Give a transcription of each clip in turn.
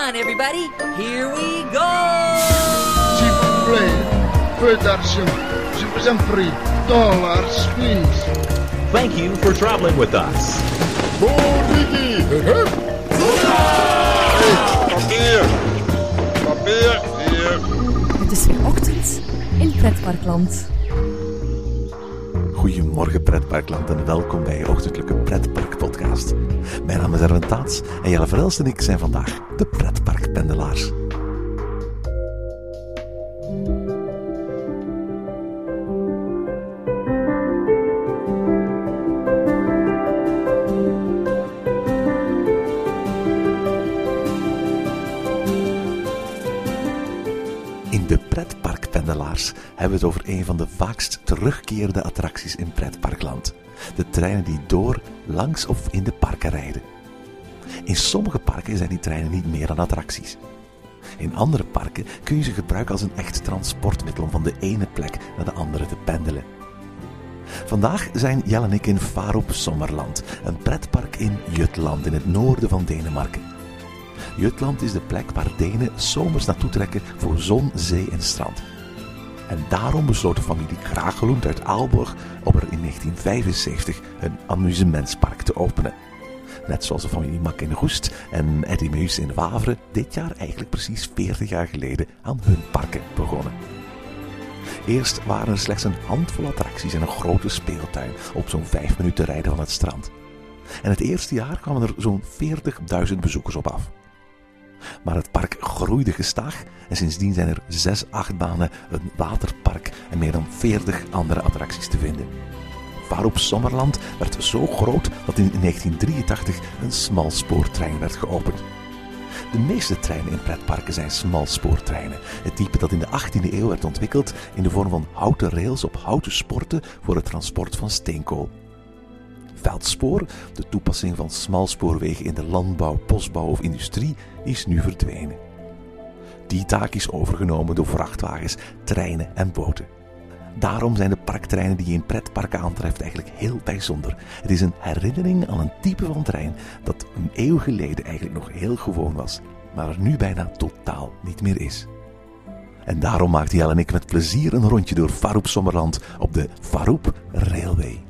on, everybody. Here we go! S'il vous plaît, peu d'argent. Je vous en prie. Dollars, please. Thank you for traveling with us. Papier! Papier, hier. Het is weer ochtend in Pretparkland. Goedemorgen Pretparkland en welkom bij je ochtendelijke Pretpark-podcast. Mijn naam is Erwin Taats en Jelle Verhelst en ik zijn vandaag de Pretparkpendelaars. In de Pretparkpendelaars hebben we het over een van de vaakst terugkerende attracties in Pretparkland. De treinen die door, langs of in de parken rijden. In sommige parken zijn die treinen niet meer dan attracties. In andere parken kun je ze gebruiken als een echt transportmiddel om van de ene plek naar de andere te pendelen. Vandaag zijn Jelle en ik in Farup Sommerland, een pretpark in Jutland in het noorden van Denemarken. Jutland is de plek waar Denen zomers naartoe trekken voor zon, zee en strand. En daarom besloot de familie Kragelund uit Aalborg om er in 1975 een amusementspark te openen. Net zoals de familie Mak in Roest en Eddy Meus in Wavre dit jaar eigenlijk precies 40 jaar geleden aan hun parken begonnen. Eerst waren er slechts een handvol attracties en een grote speeltuin op zo'n 5 minuten rijden van het strand. En het eerste jaar kwamen er zo'n 40.000 bezoekers op af. Maar het park groeide gestaag en sindsdien zijn er 6 achtbanen, een waterpark en meer dan 40 andere attracties te vinden. Farup Sommerland werd zo groot dat in 1983 een smalspoortrein werd geopend. De meeste treinen in pretparken zijn smalspoortreinen, het type dat in de 18e eeuw werd ontwikkeld in de vorm van houten rails op houten sporten voor het transport van steenkool. Veldspoor, de toepassing van smalspoorwegen in de landbouw, bosbouw of industrie, is nu verdwenen. Die taak is overgenomen door vrachtwagens, treinen en boten. Daarom zijn de parktreinen die je in pretparken aantreft eigenlijk heel bijzonder. Het is een herinnering aan een type van trein dat een eeuw geleden eigenlijk nog heel gewoon was, maar er nu bijna totaal niet meer is. En daarom maakten Jelle en ik met plezier een rondje door Farup Sommerland op de Farup Railway.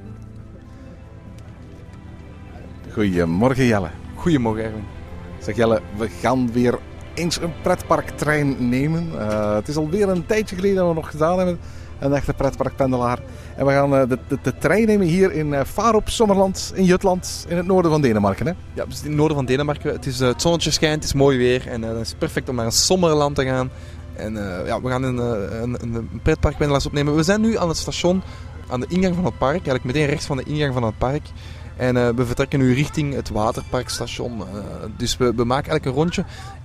Goedemorgen Jelle. Goedemorgen Erwin. Zeg Jelle, we gaan weer eens een pretparktrein nemen. Het is alweer een tijdje geleden dat we nog gedaan hebben. Een echte pretparkpendelaar. En we gaan de trein nemen hier in Farup Sommerland in Jutland in het noorden van Denemarken. Hè? Ja, dus in het noorden van Denemarken. Het zonnetje schijnt, het is mooi weer en het is perfect om naar een sommerland te gaan. En we gaan een pretparkpendelaars opnemen. We zijn nu aan het station, aan de ingang van het park. Eigenlijk meteen rechts van de ingang van het park. En we vertrekken nu richting het waterparkstation. Dus we maken eigenlijk een rondje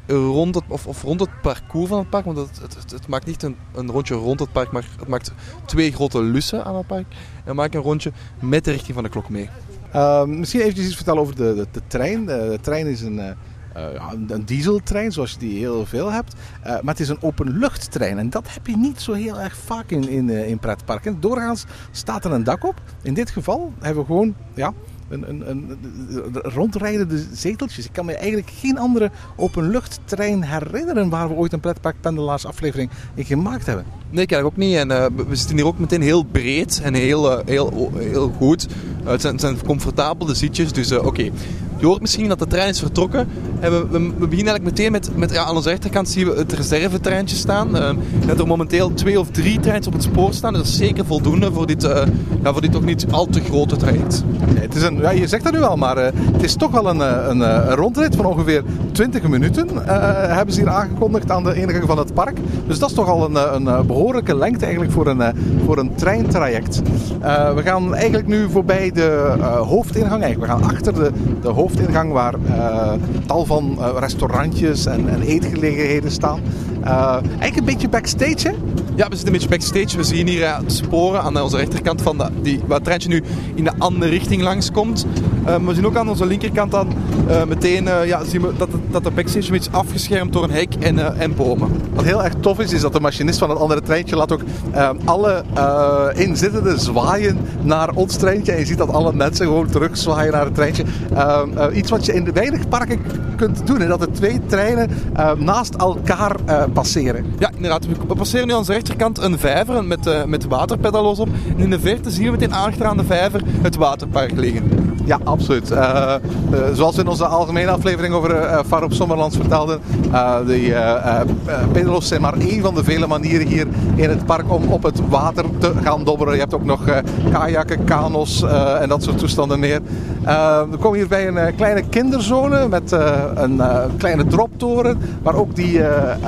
rond het parcours van het park. Want het maakt niet een rondje rond het park, maar het maakt 2 grote lussen aan het park. En we maken een rondje met de richting van de klok mee. Misschien eventjes iets vertellen over de trein. De trein is een dieseltrein, zoals je die heel veel hebt. Maar het is een openluchttrein. En dat heb je niet zo heel erg vaak in pretparken. Doorgaans staat er een dak op. In dit geval hebben we gewoon een rondrijdende zeteltjes. Ik kan me eigenlijk geen andere openluchttrein herinneren waar we ooit een pretparkpendelaars aflevering in gemaakt hebben. Nee, ik eigenlijk ook niet. En we zitten hier ook meteen heel breed en heel goed. Het zijn comfortabele zitjes, dus oké. Je hoort misschien dat de trein is vertrokken. En we beginnen eigenlijk meteen met aan onze rechterkant zien we het reservetreintje staan. Dat er momenteel 2 of 3 treins op het spoor staan. Dus dat is zeker voldoende voor dit toch niet al te grote traject. Je zegt dat nu wel, maar het is toch wel een rondrit van ongeveer 20 minuten. Hebben ze hier aangekondigd aan de ingang van het park. Dus dat is toch al een behoorlijke lengte eigenlijk voor een treintraject. We gaan eigenlijk nu voorbij de hoofdingang. We gaan achter de hoofdingang waar tal van restaurantjes en eetgelegenheden staan. Eigenlijk een beetje backstage, hè? Ja, we zitten een beetje backstage. We zien hier de sporen aan onze rechterkant van waar het treintje nu in de andere richting langskomt. We zien ook aan onze linkerkant meteen zien we dat de backstage is afgeschermd door een hek en bomen. Wat heel erg tof is dat de machinist van het andere treintje laat ook alle inzittenden zwaaien naar ons treintje. En je ziet dat alle mensen gewoon terugzwaaien naar het treintje. Iets wat je in weinig parken kunt doen. Hè, dat de 2 treinen naast elkaar passeren. Ja, inderdaad. We passeren nu aan onze rechterkant een vijver met waterpedalo's op. En in de verte zien we meteen achteraan de vijver het waterpark liggen. Ja, absoluut. Zoals we in onze algemene aflevering over Far op Sommerlands vertelden, die pedalo's zijn maar één van de vele manieren hier in het park om op het water te gaan dobberen. Je hebt ook nog kajakken, kano's en dat soort toestanden meer. We komen hier bij een kleine kinderzone met een kleine droptoren, waar ook die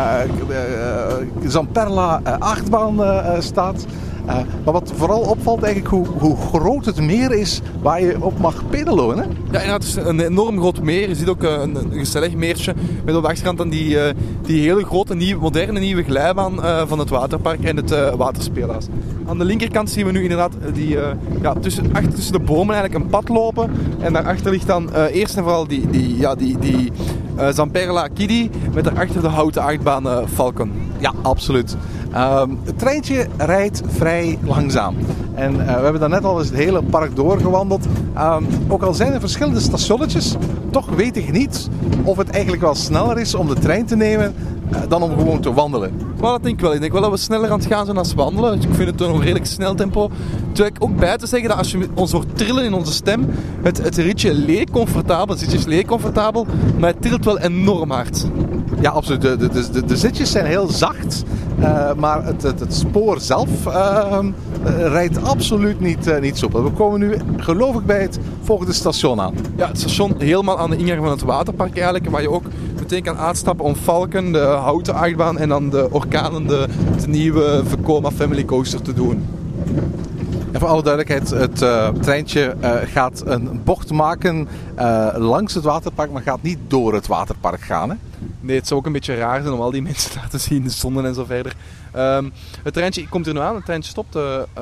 Zamperla achtbaan staat. Maar wat vooral opvalt eigenlijk hoe groot het meer is waar je op mag pedaloen. Hè? Ja, inderdaad, het is een enorm groot meer. Je ziet ook een gezellig meertje met op de achterkant dan die hele grote, moderne nieuwe glijbaan van het waterpark en het waterspeelhuis. Aan de linkerkant zien we nu inderdaad tussen de bomen eigenlijk een pad lopen. En daarachter ligt dan eerst en vooral die Zamperla Kiddie met daarachter de houten achtbaan Falcon. Ja, absoluut. Het treintje rijdt vrij langzaam. En we hebben daarnet al eens het hele park doorgewandeld. Ook al zijn er verschillende stationnetjes, toch weet ik niet of het eigenlijk wel sneller is om de trein te nemen dan om gewoon te wandelen. Maar dat denk ik wel. Ik denk wel dat we sneller aan het gaan zijn als wandelen. Dus ik vind het een redelijk snel tempo. Terwijl ik ook bij te zeggen dat als je ons hoort trillen in onze stem, het ritje leek comfortabel, het zitje is leek comfortabel, maar het trilt wel enorm hard. Ja, absoluut. De zitjes zijn heel zacht, maar het spoor zelf rijdt absoluut niet soepel. We komen nu, geloof ik, bij het volgende station aan. Ja, het station helemaal aan de ingang van het waterpark eigenlijk, waar je ook meteen kan uitstappen om Falcon, de houten achtbaan en dan de Orkanen, de nieuwe Vekoma Family Coaster te doen. En voor alle duidelijkheid, het treintje gaat een bocht maken langs het waterpark, maar gaat niet door het waterpark gaan. Hè? Nee, het zou ook een beetje raar zijn om al die mensen te laten zien, de zonnen en zo verder. Het treintje komt er nu aan, het treintje stopt.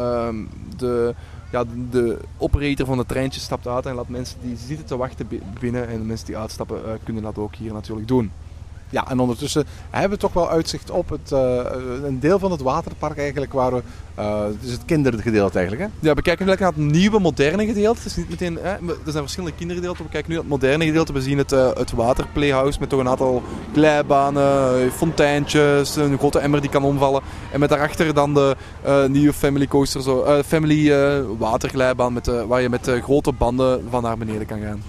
De operator van het treintje stapt uit en laat mensen die zitten te wachten binnen. En de mensen die uitstappen kunnen dat ook hier natuurlijk doen. Ja, en ondertussen hebben we toch wel uitzicht op een deel van het waterpark eigenlijk, waar we, het is het kindergedeelte eigenlijk, hè? Ja, we kijken nu naar het nieuwe, moderne gedeelte. Het is niet meteen, er zijn verschillende kindergedeelten. We kijken nu naar het moderne gedeelte. We zien het waterplayhouse met toch een aantal glijbanen, fonteintjes, een grote emmer die kan omvallen. En met daarachter dan de nieuwe Family Coaster, Family waterglijbaan waar je met grote banden van naar beneden kan gaan.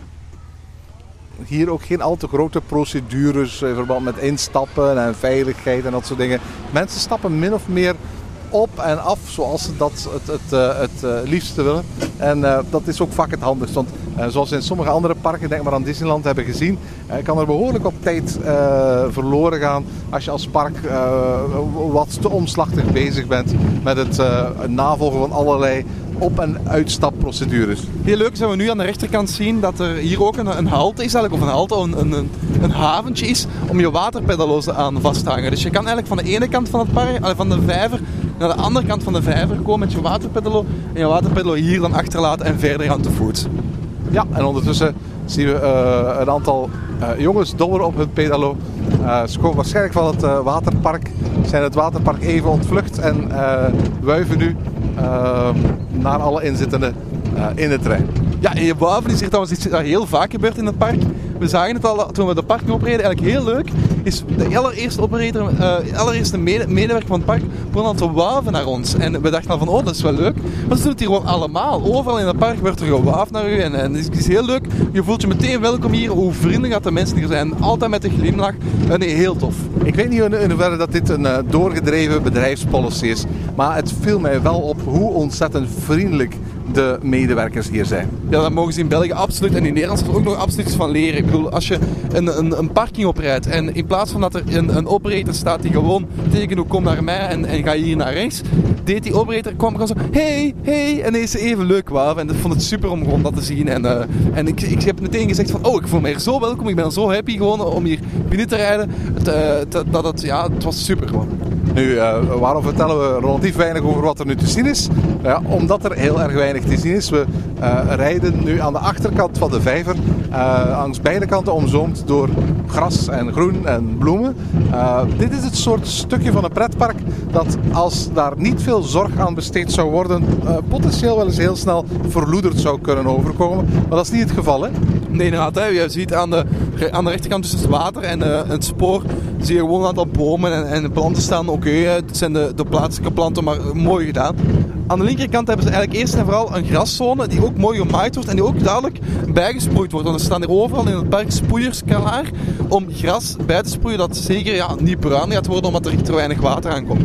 Hier ook geen al te grote procedures in verband met instappen en veiligheid en dat soort dingen. Mensen stappen min of meer op en af zoals ze dat het liefste willen. En dat is ook vaak het handigst. Want zoals in sommige andere parken, denk maar aan Disneyland, hebben gezien, kan er behoorlijk op tijd verloren gaan als je als park wat te omslachtig bezig bent met het navolgen van allerlei op- en uitstapprocedures. Heel leuk zijn we nu aan de rechterkant zien dat er hier ook een halte is, eigenlijk, of een halte, een haventje is om je waterpedalo's aan vast te hangen. Dus je kan eigenlijk van de ene kant van het park, van de vijver, naar de andere kant van de vijver komen met je waterpedalo en je waterpedalo hier dan achterlaten en verder gaan te voet. Ja, en ondertussen zien we een aantal jongens dobberen op hun pedalo. Ze komen waarschijnlijk van het waterpark, zijn het waterpark even ontvlucht en wuiven nu naar alle inzittenden in de trein. Ja, en wuiven is hier trouwens iets dat heel vaak gebeurt in het park. We zagen het al toen we de park opreden, eigenlijk heel leuk. Is de allereerste medewerker van het park begon al te wuiven naar ons. En we dachten al van, oh, dat is wel leuk. Maar ze doen het hier gewoon allemaal. Overal in het park wordt er gewuifd naar u. En het is heel leuk. Je voelt je meteen welkom hier. Hoe vriendelijk dat de mensen hier zijn. Altijd met een glimlach. Nee, heel tof. Ik weet niet in hoeverre dat dit een doorgedreven bedrijfspolicy is. Maar het viel mij wel op hoe ontzettend vriendelijk de medewerkers hier zijn. Ja, dat mogen ze in België absoluut. En in Nederland is er ook nog absoluut iets van leren. Ik bedoel, als je een parking oprijdt en in plaats van dat er een operator staat die gewoon tekent, kom naar mij en ga hier naar rechts, deed die operator, kwam gewoon zo, hey, en is even leuk wauw. En ik vond het super om gewoon dat te zien. En ik heb meteen gezegd van, ik voel me hier zo welkom, ik ben zo happy gewoon om hier binnen te rijden. Het was super gewoon. Nu, waarom vertellen we relatief weinig over wat er nu te zien is? Ja, omdat er heel erg weinig te zien is. We rijden nu aan de achterkant van de vijver, langs beide kanten omzoomd door gras en groen en bloemen. Dit is het soort stukje van een pretpark dat, als daar niet veel zorg aan besteed zou worden, potentieel wel eens heel snel verloederd zou kunnen overkomen. Maar dat is niet het geval, hè? Nee, inderdaad. Hè. Je ziet aan de rechterkant tussen het water en het spoor zie je gewoon een aantal bomen en planten staan. Oké, het zijn de plaatselijke planten, maar mooi gedaan. Aan de linkerkant hebben ze eigenlijk eerst en vooral een graszone die ook mooi gemaaid wordt en die ook dadelijk bijgesproeid wordt. Want er staan hier overal in het park sproeiers klaar om gras bij te sproeien dat zeker niet bruin gaat worden omdat er te weinig water aankomt.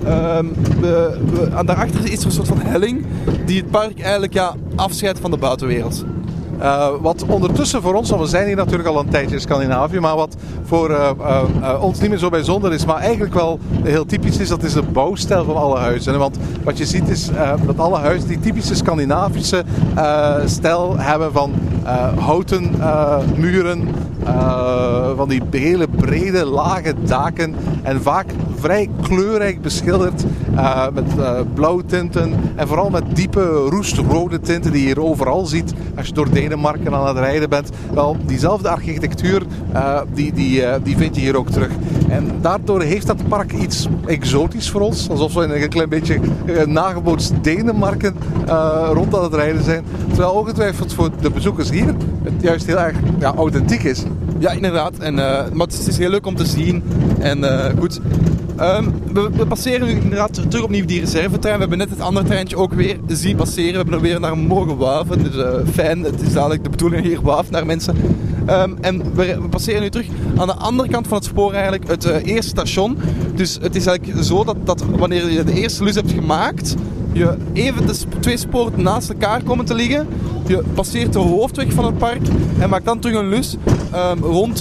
Daarachter is er een soort van helling die het park eigenlijk afscheidt van de buitenwereld. Wat ondertussen voor ons, want we zijn hier natuurlijk al een tijdje in Scandinavië, maar wat voor ons niet meer zo bijzonder is, maar eigenlijk wel heel typisch is, dat is de bouwstijl van alle huizen. Want wat je ziet is dat alle huizen die typische Scandinavische stijl hebben van houten muren, van die hele brede, lage daken en vaak vrij kleurrijk beschilderd met blauwtinten en vooral met diepe roestrode tinten die je hier overal ziet als je door Denemarken aan het rijden bent. Wel, diezelfde architectuur die vind je hier ook terug. En daardoor heeft dat park iets exotisch voor ons, alsof we in een klein beetje nagebootst Denemarken rond aan het rijden zijn. Terwijl ongetwijfeld voor de bezoekers hier het juist heel erg authentiek is. Ja, inderdaad. Maar het is heel leuk om te zien. En goed. We passeren nu inderdaad terug opnieuw die reservetrein. We hebben net het andere treintje ook weer zien passeren. We hebben er weer naar mogen wuiven. Dus fijn, het is dadelijk de bedoeling hier wuift naar mensen. En we passeren nu terug aan de andere kant van het spoor eigenlijk het eerste station. Dus het is eigenlijk zo dat wanneer je de eerste lus hebt gemaakt, je even de twee sporen naast elkaar komen te liggen. Je passeert de hoofdweg van het park en maakt dan terug een lus rond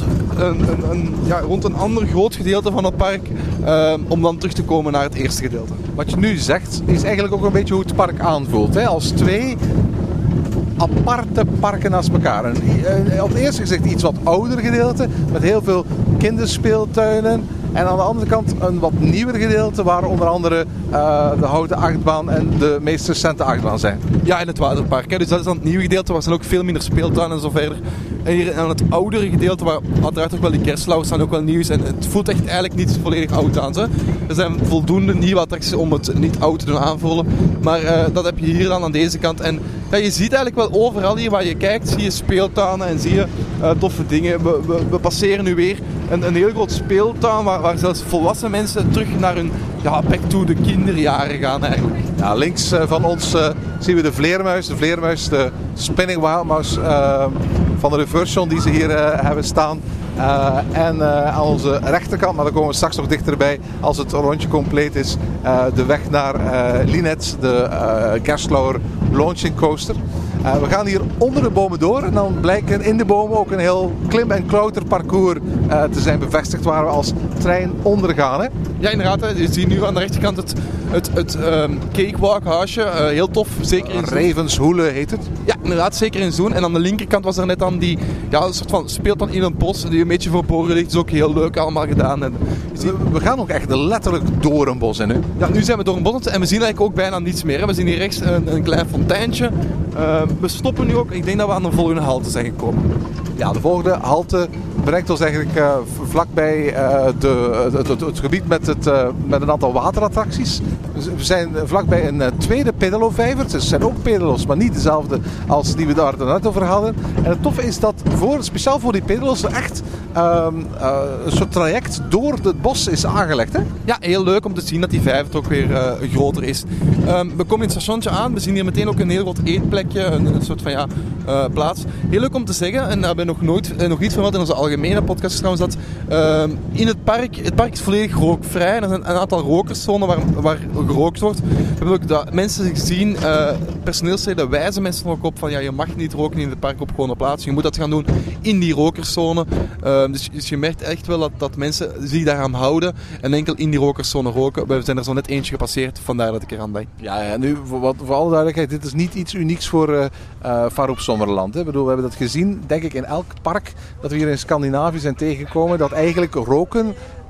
een ander groot gedeelte van het park om dan terug te komen naar het eerste gedeelte. Wat je nu zegt is eigenlijk ook een beetje hoe het park aanvoelt. Hè? Als twee aparte parken naast elkaar. Op het eerste gezicht iets wat ouder gedeelte met heel veel kinderspeeltuinen. En aan de andere kant een wat nieuwer gedeelte waar onder andere de houten achtbaan en de meest recente achtbaan zijn. Ja, in het waterpark. Hè. Dus dat is dan het nieuwe gedeelte waar zijn ook veel minder speeltuinen en zo verder. En hier aan het oudere gedeelte waar uiteraard ook wel die kerstlauwers staan ook wel nieuw is. En het voelt echt eigenlijk niet volledig oud aan. Zo. Er zijn voldoende nieuwe attracties om het niet oud te doen aanvoelen. Maar dat heb je hier dan aan deze kant. En je ziet eigenlijk wel overal hier waar je kijkt, zie je speeltuinen en zie je toffe dingen. We passeren nu weer een heel groot speeltuin waar zelfs volwassen mensen terug naar hun back to the kinderjaren gaan eigenlijk. Ja, links van ons zien we de vleermuis, de spinning wild mouse van de reversion die ze hier hebben staan. En aan onze rechterkant, maar daar komen we straks nog dichterbij als het rondje compleet is, de weg naar Linet, de Gerstlauer Launching Coaster. We gaan hier onder de bomen door en dan blijkt in de bomen ook een heel klim- en klauterparcours te zijn bevestigd waar we als trein ondergaan. Hè? Ja, inderdaad. Hè. Je ziet nu aan de rechterkant het cakewalk-huisje. Heel tof, zeker in Zoen. Ravenshoele heet het. Ja, inderdaad, zeker in Zoen. En aan de linkerkant was er net dan die een soort van speeltuin in een bos die een beetje verborgen ligt. Dat is ook heel leuk allemaal gedaan. En we gaan ook echt letterlijk door een bos in. Hè? Ja, nu zijn we door een bos en we zien eigenlijk ook bijna niets meer. Hè. We zien hier rechts een klein fonteintje. We stoppen nu ook. Ik denk dat we aan de volgende halte zijn gekomen. Ja, de volgende halte brengt ons eigenlijk vlakbij het gebied met een aantal waterattracties. We zijn vlakbij een tweede pedalovijver. Het zijn ook pedalos, maar niet dezelfde als die we daar net over hadden. En het toffe is dat speciaal voor die pedalos er echt een soort traject door het bos is aangelegd. Hè? Ja, heel leuk om te zien dat die vijver ook weer groter is. We komen in het stationnetje aan. We zien hier meteen ook een heel groot eetplekje. Een soort van plaats. Heel leuk om te zeggen. En daar hebben we nog niet vermeld in onze algemene podcast trouwens. Dat in het park is volledig rookvrij. En er zijn een aantal rokerszones waar gerookt wordt. We hebben ook dat mensen zien, personeelsleden wijzen mensen er ook op van je mag niet roken in het park op gewone plaats. Je moet dat gaan doen in die rokerszone. Dus je merkt echt wel dat mensen zich daaraan houden en enkel in die rokerszone roken. We zijn er zo net eentje gepasseerd, vandaar dat ik eraan ben. Ja, nu voor alle duidelijkheid, dit is niet iets unieks voor Faroep Sommerland. Hè. Ik bedoel, we hebben dat gezien, denk ik, in elk park dat we hier in Scandinavië zijn tegengekomen, dat eigenlijk roken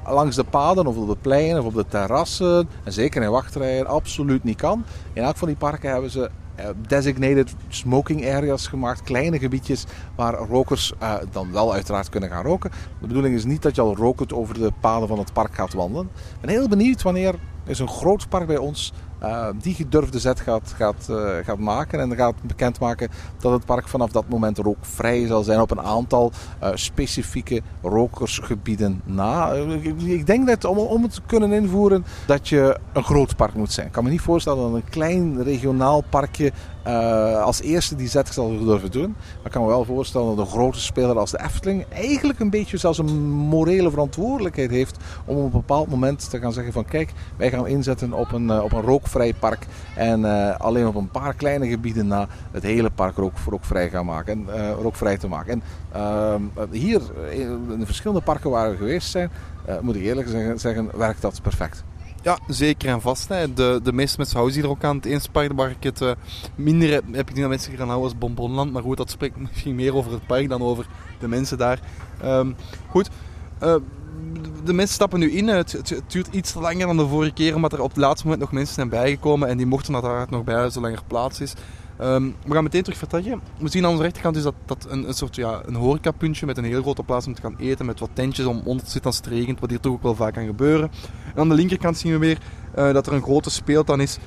langs de paden of op de pleinen of op de terrassen, en zeker in wachtrijen, absoluut niet kan. In elk van die parken hebben ze designated smoking areas gemaakt, kleine gebiedjes waar rokers dan wel uiteraard kunnen gaan roken. De bedoeling is niet dat je al rokend over de paden van het park gaat wandelen. Ik ben heel benieuwd wanneer is een groot park bij ons die gedurfde zet gaat maken en gaat bekendmaken dat het park vanaf dat moment rookvrij zal zijn op een aantal specifieke rokersgebieden na. Ik denk dat om het te kunnen invoeren dat je een groot park moet zijn. Ik kan me niet voorstellen dat een klein regionaal parkje als eerste die zet zal durven doen. Maar ik kan me wel voorstellen dat een grote speler als de Efteling eigenlijk een beetje zelfs een morele verantwoordelijkheid heeft om op een bepaald moment te gaan zeggen van kijk, wij gaan inzetten op een rookvrij park en alleen op een paar kleine gebieden na het hele park rookvrij gaan maken en rookvrij te maken. En hier in de verschillende parken waar we geweest zijn, moet ik eerlijk zeggen, werkt dat perfect. Ja, zeker en vast. Hè. De meeste mensen houden zich er ook aan. Het eerste park waar ik het minder heb ik niet dat mensen gaan houden als Bonbonland. Maar goed, dat spreekt misschien meer over het park dan over de mensen daar. Goed. De mensen stappen nu in. Het duurt iets te langer dan de vorige keer, omdat er op het laatste moment nog mensen zijn bijgekomen. En die mochten uiteraard nog bij, zolang er plaats is. We gaan meteen terug vertrekken. We zien aan onze rechterkant is dat een soort een horecapuntje met een heel grote plaats om te gaan eten, met wat tentjes om onder te zitten als het regent, wat hier toch ook wel vaak kan gebeuren. En aan de linkerkant zien we weer dat er een grote speeltuin is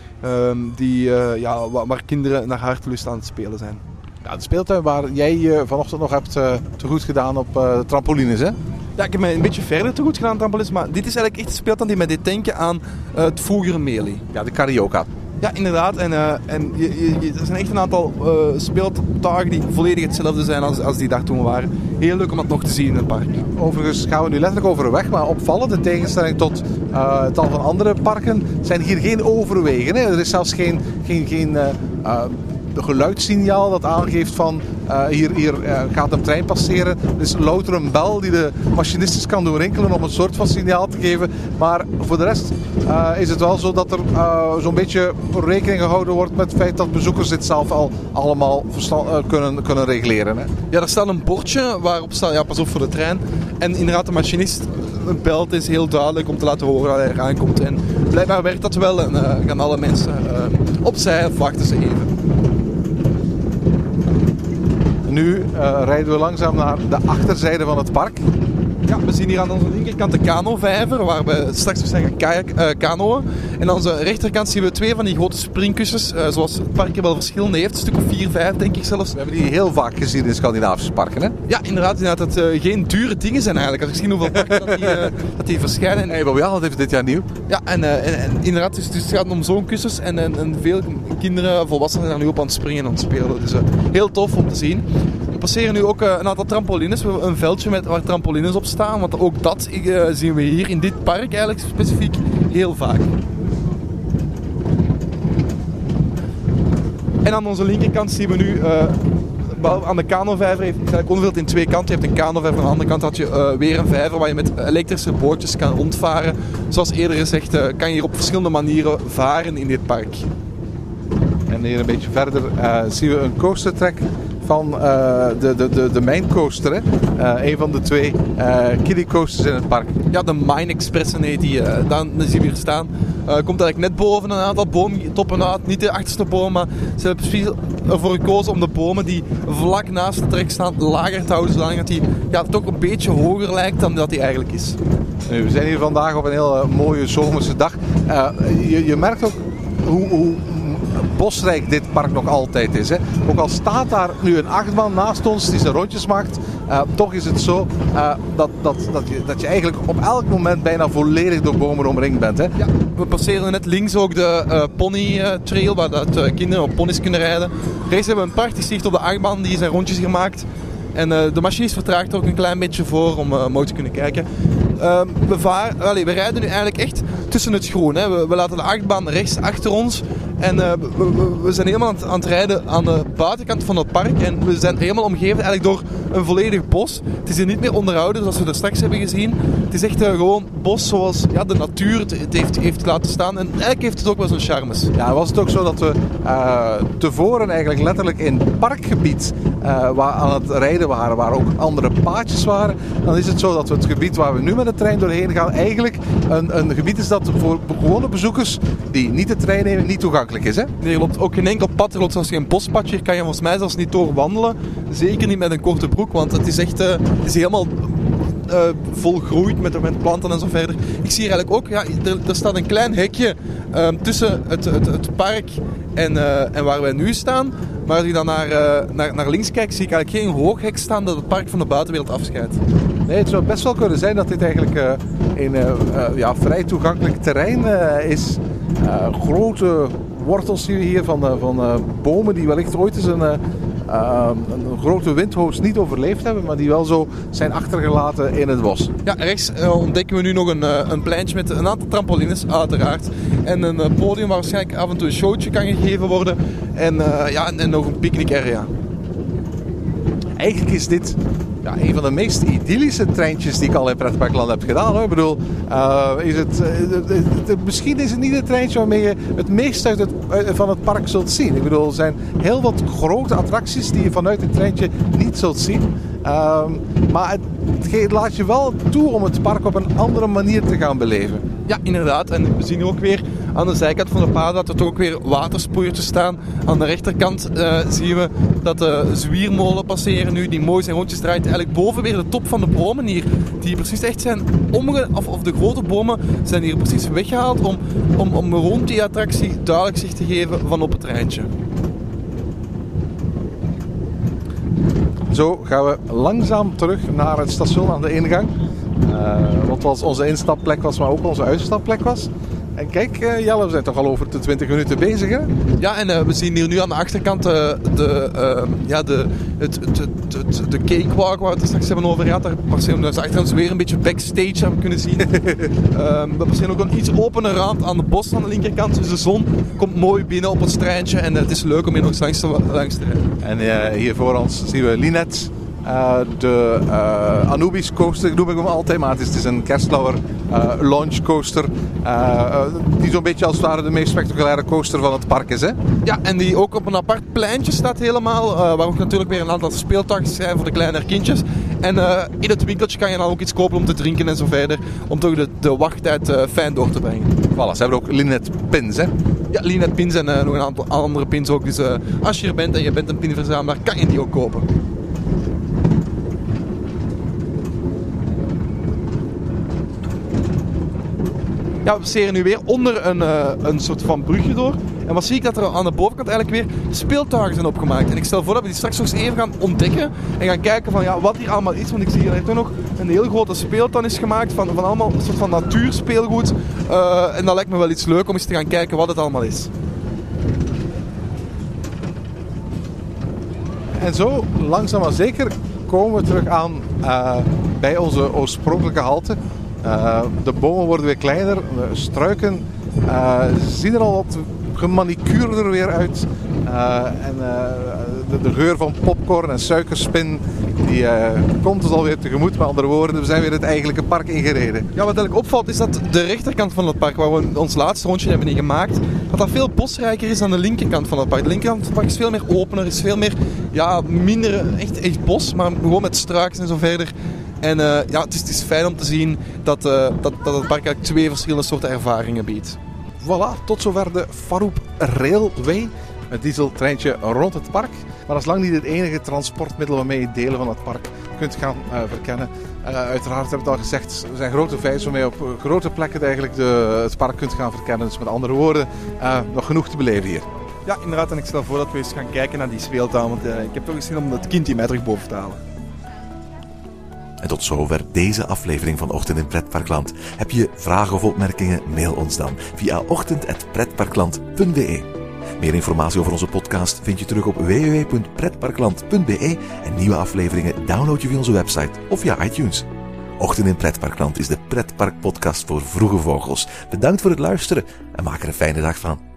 waar kinderen naar hartelust aan het spelen zijn. Ja, de speeltuin waar jij vanochtend nog hebt te goed gedaan op trampolines, hè? Ja, ik heb mij een beetje verder te goed gedaan aan trampolines, maar dit is eigenlijk echt een speeltuin die mij deed denken aan het vroegere Meli. Ja, de Carioca. Ja, inderdaad. En er zijn echt een aantal speeltuigen die volledig hetzelfde zijn als die daar toen waren. Heel leuk om dat nog te zien in het park. Overigens gaan we nu letterlijk overweg, maar opvallend, in tegenstelling tot tal van andere parken, zijn hier geen overwegen. Hè? Er is zelfs geen geluidssignaal dat aangeeft van hier gaat een trein passeren. Er is louter een bel die de machinisten kan doen rinkelen om een soort van signaal te geven. Maar voor de rest is het wel zo dat er zo'n beetje rekening gehouden wordt met het feit dat bezoekers dit zelf al allemaal kunnen reguleren. Hè? Ja, er staat een bordje waarop staat, ja, pas op voor de trein. En inderdaad, de machinist belt is heel duidelijk om te laten horen dat hij eraan komt. En blijkbaar werkt dat wel en gaan alle mensen opzij of wachten ze even. Nu rijden we langzaam naar de achterzijde van het park. Ja, we zien hier aan onze linkerkant de kanovijver, waar we straks zijn gaan kanoën. En aan onze rechterkant zien we 2 van die grote springkussens, zoals het park er wel verschillende heeft. Een stuk of 4, 5 denk ik zelfs. We hebben die heel vaak gezien in Scandinavische parken, hè? Ja, inderdaad dat het geen dure dingen zijn eigenlijk. Als ik zie hoeveel parken dat die verschijnen. Nee, Bobbejaanland heeft dit jaar nieuw. Ja, en inderdaad, dus het gaat om zo'n kussens en veel kinderen, volwassenen zijn daar nu op aan het springen en aan het spelen. Dus heel tof om te zien. We passeren nu ook een aantal trampolines. We hebben een veldje waar trampolines op staan. Want ook dat zien we hier in dit park eigenlijk specifiek heel vaak. En aan onze linkerkant zien we nu, aan de kanovijver heeft eigenlijk ongeveer in 2 kanten. Je hebt een kanovijver, aan de andere kant had je weer een vijver waar je met elektrische bootjes kan rondvaren. Zoals eerder gezegd kan je hier op verschillende manieren varen in dit park. En hier een beetje verder zien we een coastertrek van de Main Coaster, hè? Een van de 2 kiddie coasters in het park. Ja, de Mine Express heet die. Dan zien we hier staan. Komt eigenlijk net boven een aantal boomtoppen uit. Niet de achterste boom, maar ze hebben precies ervoor gekozen om de bomen die vlak naast de trek staan lager te houden, zodat die toch een beetje hoger lijkt dan dat die eigenlijk is. Nu, we zijn hier vandaag op een heel mooie zomerse dag. Je merkt ook hoe bosrijk dit park nog altijd is. Hè. Ook al staat daar nu een achtbaan naast ons die zijn rondjes maakt, toch is het zo dat je eigenlijk op elk moment bijna volledig door bomen omringd bent. Hè. Ja, we passeren net links ook de pony trail waar kinderen op ponies kunnen rijden. Rechts hebben we een prachtig zicht op de achtbaan, die zijn rondjes gemaakt. En de machinist vertraagt er ook een klein beetje voor om mooi te kunnen kijken. We rijden nu eigenlijk echt tussen het groen. Hè. We laten de achtbaan rechts achter ons. En we zijn helemaal aan het rijden aan de buitenkant van het park. En we zijn helemaal omgeven eigenlijk door een volledig bos. Het is hier niet meer onderhouden zoals we er straks hebben gezien. Het is echt gewoon bos zoals de natuur het heeft laten staan. En eigenlijk heeft het ook wel zijn charmes. Ja, was het ook zo dat we tevoren eigenlijk letterlijk in het parkgebied waar aan het rijden waren, waar ook andere paadjes waren. Dan is het zo dat we het gebied waar we nu met de trein doorheen gaan eigenlijk een gebied is dat voor gewone bezoekers die niet de trein nemen niet toegankelijk is. Hè? Nee, er loopt ook geen enkel pad. Er loopt zelfs geen bospadje. Hier kan je volgens mij zelfs niet door wandelen. Zeker niet met een korte broek, want het is echt het is helemaal volgroeid met planten en zo verder. Ik zie hier eigenlijk ook, er staat een klein hekje tussen het park en waar wij nu staan. Maar als ik dan naar links kijk, zie ik eigenlijk geen hoog hek staan dat het park van de buitenwereld afscheidt. Nee, het zou best wel kunnen zijn dat dit eigenlijk een vrij toegankelijk terrein is. Grote wortels zien we hier van bomen die wellicht ooit eens een grote windhoos niet overleefd hebben, maar die wel zo zijn achtergelaten in het bos. Ja, rechts ontdekken we nu nog een pleintje met een aantal trampolines, uiteraard. En een podium waar waarschijnlijk af en toe een showtje kan gegeven worden. En nog een picknick area. Eigenlijk is dit een van de meest idyllische treintjes die ik al in Pretparkland heb gedaan. Hoor. Ik bedoel, misschien is het niet het treintje waarmee je het meest van het park zult zien. Ik bedoel, er zijn heel wat grote attracties die je vanuit het treintje niet zult zien. Maar het laat je wel toe om het park op een andere manier te gaan beleven. Ja, inderdaad. En we zien ook weer aan de zijkant van de paden dat er toch ook weer waterspoortjes staan. Aan de rechterkant zien we dat de zwiermolen passeren nu, die mooi zijn rondjes draait. Eigenlijk boven weer de top van de bomen hier, die precies echt zijn of de grote bomen zijn hier precies weggehaald om rond die attractie duidelijk zicht te geven van op het treintje. Zo gaan we langzaam terug naar het station aan de ingang. Wat onze instapplek was, maar ook onze uitstapplek was. En kijk, Jelle, we zijn toch al over de 20 minuten bezig, hè? Ja, en we zien hier nu aan de achterkant de cakewalk waar we het straks hebben over gehad. Daar passeren we achter ons weer een beetje backstage hebben kunnen zien. We passeren ook een iets opener rand aan de bos aan de linkerkant. Dus de zon komt mooi binnen op het treintje en het is leuk om hier nog langs te rijden. En hier voor ons zien we Linet. De Anubis coaster noem ik hem altijd, maar het is een Kerstlauer launch coaster die zo'n beetje als het ware de meest spectaculaire coaster van het park is, hè? Ja, en die ook op een apart pleintje staat helemaal, waar ook natuurlijk weer een aantal speeltuigjes zijn voor de kleinere kindjes. En in het winkeltje kan je dan ook iets kopen om te drinken en zo verder, om toch de wachttijd fijn door te brengen. Voilà, ze hebben ook Linet pins, hè? Ja, Linet pins en nog een aantal andere pins ook. Dus als je er bent en je bent een pinverzamelaar, kan je die ook kopen. Ja, we passeren nu weer onder een soort van brugje door. En wat zie ik dat er aan de bovenkant eigenlijk weer speeltuigen zijn opgemaakt. En ik stel voor dat we die straks nog eens even gaan ontdekken. En gaan kijken van wat hier allemaal is. Want ik zie hier toch nog een heel grote speeltuin is gemaakt van allemaal een soort van natuurspeelgoed. En dat lijkt me wel iets leuk om eens te gaan kijken wat het allemaal is. En zo, langzaam maar zeker, komen we terug aan bij onze oorspronkelijke halte. De bomen worden weer kleiner, de struiken zien er al wat gemanicuurder weer uit. De geur van popcorn en suikerspin die komt ons alweer tegemoet. Met andere woorden, we zijn weer het eigenlijke park ingereden. Ja, wat eigenlijk opvalt is dat de rechterkant van het park, waar we ons laatste rondje hebben in gemaakt, dat veel bosrijker is dan de linkerkant van het park. De linkerkant van het park is veel meer opener, is veel meer, minder echt bos, maar gewoon met struiken en zo verder. En het is fijn om te zien dat het park eigenlijk twee verschillende soorten ervaringen biedt. Voilà, tot zover de Faroep Railway. Het dieseltreintje rond het park. Maar dat is lang niet het enige transportmiddel waarmee je delen van het park kunt gaan verkennen. Uiteraard heb ik het al gezegd, er zijn grote vijzers waarmee je op grote plekken eigenlijk het park kunt gaan verkennen. Dus met andere woorden, nog genoeg te beleven hier. Ja, inderdaad. En ik stel voor dat we eens gaan kijken naar die speeltuin. Want ik heb toch eens zin om dat kind in mij terug boven te halen. En tot zover deze aflevering van Ochtend in Pretparkland. Heb je vragen of opmerkingen? Mail ons dan via ochtend@pretparkland.be. Meer informatie over onze podcast vind je terug op www.pretparkland.be en nieuwe afleveringen download je via onze website of via iTunes. Ochtend in Pretparkland is de pretparkpodcast voor vroege vogels. Bedankt voor het luisteren en maak er een fijne dag van.